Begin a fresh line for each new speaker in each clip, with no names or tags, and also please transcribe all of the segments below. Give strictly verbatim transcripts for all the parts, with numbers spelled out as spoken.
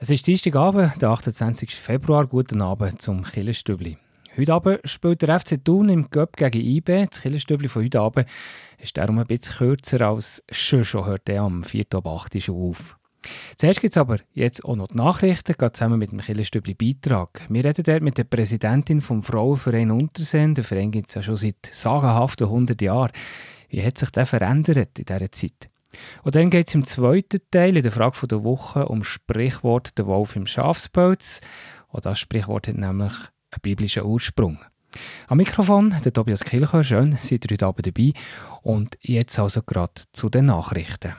Es ist Dienstagabend, der achtundzwanzigsten Februar. Guten Abend zum Killerstübli. Heute Abend spielt der F C Thun im Cup gegen I B. Das Killerstübli von heute Abend ist darum ein bisschen kürzer als schon. Schon hört er am vierten ab acht schon auf. Zuerst gibt es aber jetzt auch noch die Nachrichten, gerade zusammen mit dem Killerstübli-Beitrag. Wir reden dort mit der Präsidentin vom Frauenverein Unterseen. Der Verein gibt es ja schon seit sagenhaften hundert Jahren. Wie hat sich der verändert in dieser Zeit? Und dann geht es im zweiten Teil, in der Frage der Woche, um das Sprichwort «Der Wolf im Schafspelz». Und das Sprichwort hat nämlich einen biblischen Ursprung. Am Mikrofon der Tobias Kilcher. Schön, seid ihr heute Abend dabei. Und jetzt also gerade zu den Nachrichten.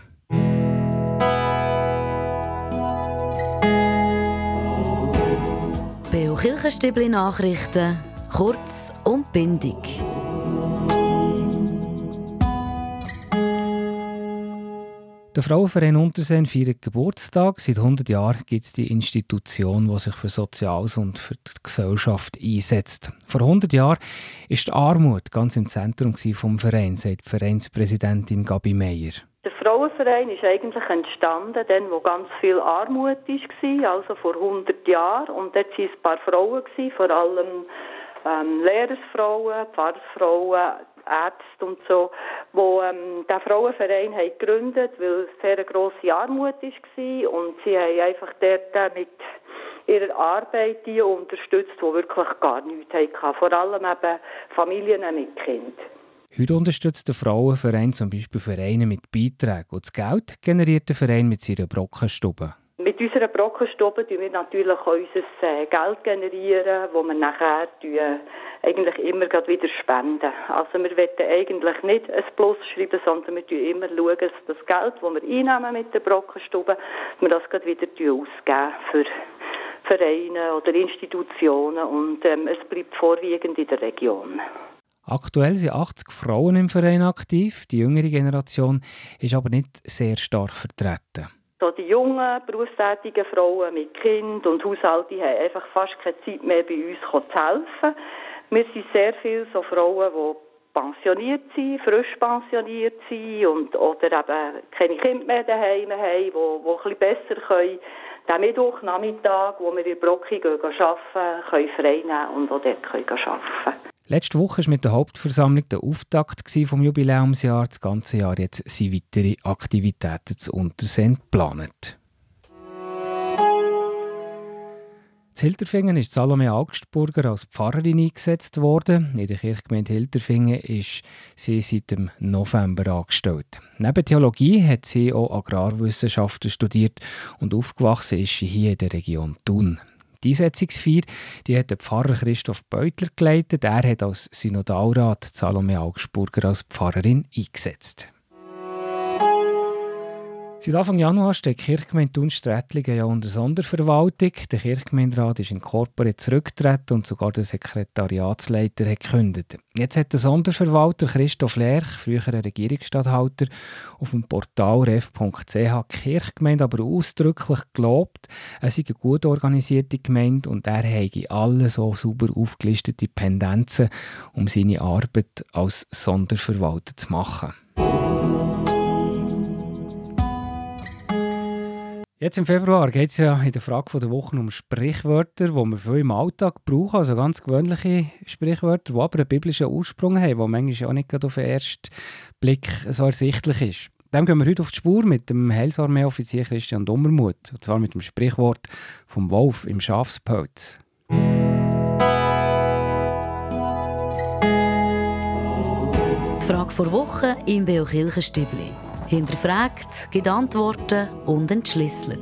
Beo Kirchenstübli Nachrichten, kurz und bindig.
Der Frauenverein Unterseen feiert Geburtstag. Seit hundert Jahren gibt es die Institution, die sich für Soziales und für die Gesellschaft einsetzt. Vor hundert Jahren war die Armut ganz im Zentrum des Vereins, sagt die Vereinspräsidentin Gabi Meier.
Der Frauenverein ist eigentlich entstanden, dann, wo ganz viel Armut war, also vor hundert Jahren. Und dort waren ein paar Frauen, vor allem ähm, Lehrersfrauen, Pfarrersfrauen, Ärzte und so, die ähm, den Frauenverein haben gegründet, weil es sehr eine grosse Armut war. Und sie haben einfach dort mit ihrer Arbeit die unterstützt, die wirklich gar nichts hatten. Vor allem eben Familien mit Kindern.
Heute unterstützt der Frauenverein zum Beispiel Vereine mit Beiträgen. Und das Geld generiert der Verein mit seiner Brockenstube.
Mit unserer Brockenstube generieren wir natürlich auch unser Geld, generieren, das wir nachher eigentlich immer wieder spenden. Also wir wollen eigentlich nicht ein Plus schreiben, sondern wir schauen immer, dass das Geld, das wir einnehmen mit der Brockenstube, wir das wieder ausgeben für Vereine oder Institutionen. Und ähm, es bleibt vorwiegend in der Region.
Aktuell sind achtzig Frauen im Verein aktiv. Die jüngere Generation ist aber nicht sehr stark vertreten.
So die jungen, berufstätigen Frauen mit Kind und Haushalten haben einfach fast keine Zeit mehr, bei uns zu helfen. Wir sind sehr viele so Frauen, die pensioniert sind, frisch pensioniert sind und, oder eben keine Kinder mehr daheim haben, die, die ein bisschen besser können. Den Mittwochnachmittag, wo wir in Brocki arbeiten, können frei nehmen und auch dort können arbeiten.
Letzte Woche war mit der Hauptversammlung der Auftakt des Jubiläumsjahres. Das ganze Jahr jetzt sind weitere Aktivitäten zu Unterseen geplant. In Hilterfingen ist Salome Augstburger als Pfarrerin eingesetzt worden. In der Kirchgemeinde Hilterfingen ist sie seit dem November angestellt. Neben Theologie hat sie auch Agrarwissenschaften studiert und aufgewachsen ist sie hier in der Region Thun. Die Einsetzungsfeier die hat der Pfarrer Christoph Beutler geleitet. Er hat als Synodalrat Salome Augstburger als Pfarrerin eingesetzt. Seit Anfang Januar steht die Kirchgemeinde Thun-Strätlingen ja unter Sonderverwaltung. Der Kirchgemeinderat ist in Corpore zurückgetreten und sogar der Sekretariatsleiter hat gekündigt. Jetzt hat der Sonderverwalter Christoph Lerch, früherer Regierungsstatthalter, auf dem Portal ref punkt c h die Kirchgemeinde aber ausdrücklich gelobt. Es sei eine gut organisierte Gemeinde und er habe alle so sauber aufgelistete Pendenzen, um seine Arbeit als Sonderverwalter zu machen. Jetzt im Februar geht es ja in der Frage der Woche um Sprichwörter, die wir viel im Alltag brauchen, also ganz gewöhnliche Sprichwörter, die aber einen biblischen Ursprung haben, die manchmal auch nicht auf den ersten Blick so ersichtlich ist. Dem gehen wir heute auf die Spur mit dem Heilsarmee-Offizier Christian Dummermuth, und zwar mit dem Sprichwort vom Wolf im Schafspelz.
Die Frage der Woche im Beo Kirchenstübli. Hinterfragt, gibt Antworten und entschlüsselt.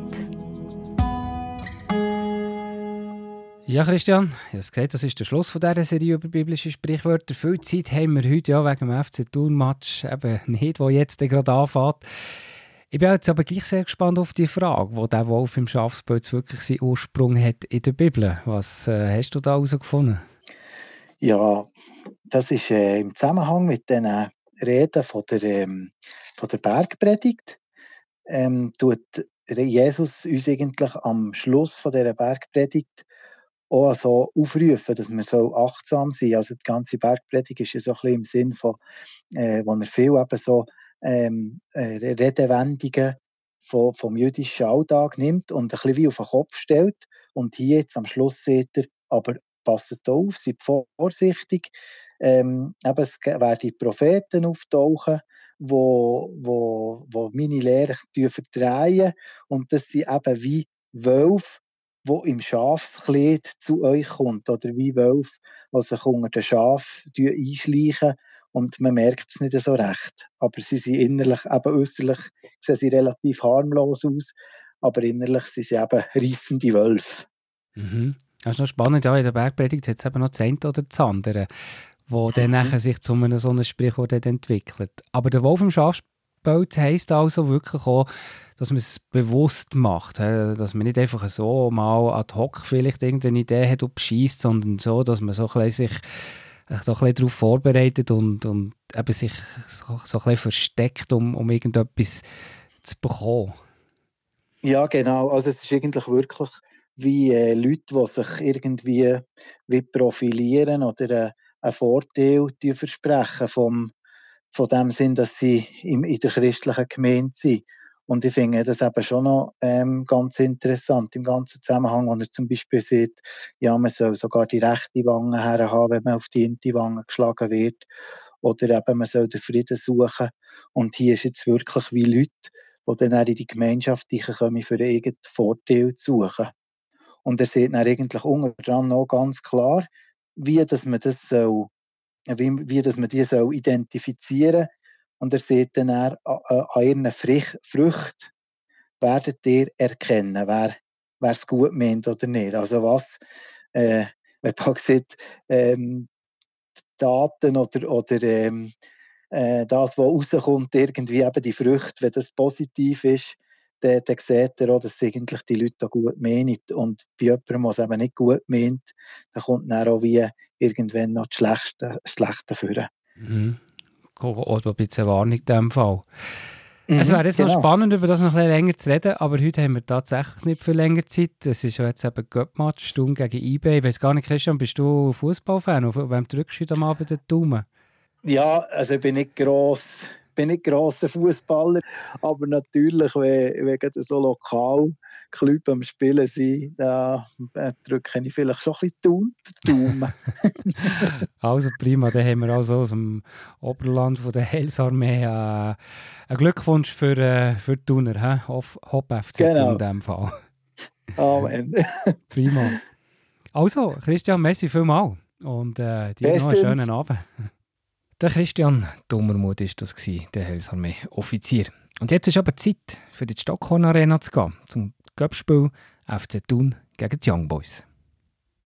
Ja, Christian, ich habe gesagt, das ist der Schluss von dieser Serie über biblische Sprichwörter. Viel Zeit haben wir heute ja wegen dem F C Thun-Match eben nicht, der jetzt gerade anfängt. Ich bin jetzt aber gleich sehr gespannt auf die Frage, wo der Wolf im Schafspelz wirklich seinen Ursprung hat in der Bibel. Was äh, hast du da herausgefunden?
Ja, das ist äh, im Zusammenhang mit den Reden von der, ähm, von der Bergpredigt. Ähm, tut Jesus uns eigentlich am Schluss von dieser Bergpredigt auch so aufrufen, dass wir so achtsam sind. Also die ganze Bergpredigt ist ja so ein bisschen im Sinn von, äh, wo er viel eben so ähm, äh, Redewendungen vom, vom jüdischen Alltag nimmt und ein bisschen wie auf den Kopf stellt. Und hier jetzt am Schluss seht ihr, aber passt auf, seid vorsichtig. Ähm, eben, es werden Propheten auftauchen, wo, wo, wo meine Lehre verdrehen. Und das sind eben wie Wölfe, die im Schafskleid zu euch kommt. Oder wie Wölfe, die sich unter den Schafen einschleichen. Und man merkt es nicht so recht. Aber sie sind innerlich, eben äußerlich, sehen sie relativ harmlos aus. Aber innerlich sind sie eben reissende Wölfe.
Mhm. Das ist noch spannend, ja, in der Bergpredigt hat es eben noch das eine oder das andere, wo dann mhm. nachher sich zu einem so einem Sprichwort entwickelt. Aber der Wolf im Schafspelz heisst also wirklich auch, dass man es bewusst macht, dass man nicht einfach so mal ad hoc vielleicht irgendeine Idee hat und bescheisst, sondern so, dass man so ein bisschen sich so ein bisschen darauf vorbereitet und, und eben sich so, so ein bisschen versteckt, um, um irgendetwas zu bekommen.
Ja, genau. Also es ist eigentlich wirklich wie äh, Leute, die sich irgendwie wie profilieren oder äh, einen Vorteil versprechen vom, von dem Sinn, dass sie im, in der christlichen Gemeinde sind. Und ich finde das eben schon noch ähm, ganz interessant im ganzen Zusammenhang, wo er zum Beispiel sieht, ja, man soll sogar die rechte Wange herhaben, wenn man auf die linke Wange geschlagen wird. Oder eben, man soll den Frieden suchen. Und hier ist jetzt wirklich wie Leute, die dann auch in die Gemeinschaft kommen, für einen eigenen Vorteil zu suchen. Und er sieht dann eigentlich unten dran noch ganz klar, wie, dass man das soll, wie, wie dass man die soll identifizieren soll. Und er sieht dann an, an ihren Früchten, werdet ihr erkennen, wer es gut meint oder nicht. Also was, äh, wenn man sieht, ähm, Daten oder, oder ähm, äh, das, was rauskommt, irgendwie eben die Früchte, wenn das positiv ist, dann, dann sieht er auch, dass eigentlich die Leute gut meinen. Und bei jemandem, der es eben nicht gut meint, dann kommt dann auch wie irgendwann noch das Schlechte, das Schlechte führen.
Mhm. Oder ein bisschen Warnung in diesem Fall.
Mhm,
es wäre jetzt
genau.
noch spannend, über das noch ein bisschen länger zu reden, aber heute haben wir tatsächlich nicht viel länger Zeit. Es ist ja jetzt eben Göppmatch, Sturm gegen I B. Ich weiss gar nicht, Christian, bist du Fußballfan? Auf wem drückst du heute am Abend den Daumen?
Ja, also ich bin nicht gross, bin nicht grosser Fußballer, aber natürlich, wenn, wenn so Lokalclubs am Spielen sind, da drücke ich vielleicht schon ein bisschen die Daumen.
Also prima, dann haben wir also aus dem Oberland von der Heilsarmee äh, einen Glückwunsch für, äh, für die Thuner, Hop F C
Genau.
in diesem Fall.
Amen.
Prima. Also, Christian, merci vielmals und äh, dir noch einen schönen Abend. Der Christian Dummermuth war das, der Heilsarmee-Offizier. Und jetzt ist aber Zeit, für die Stockhorn Arena zu gehen, zum Cup-Spiel F C Thun gegen die Young Boys.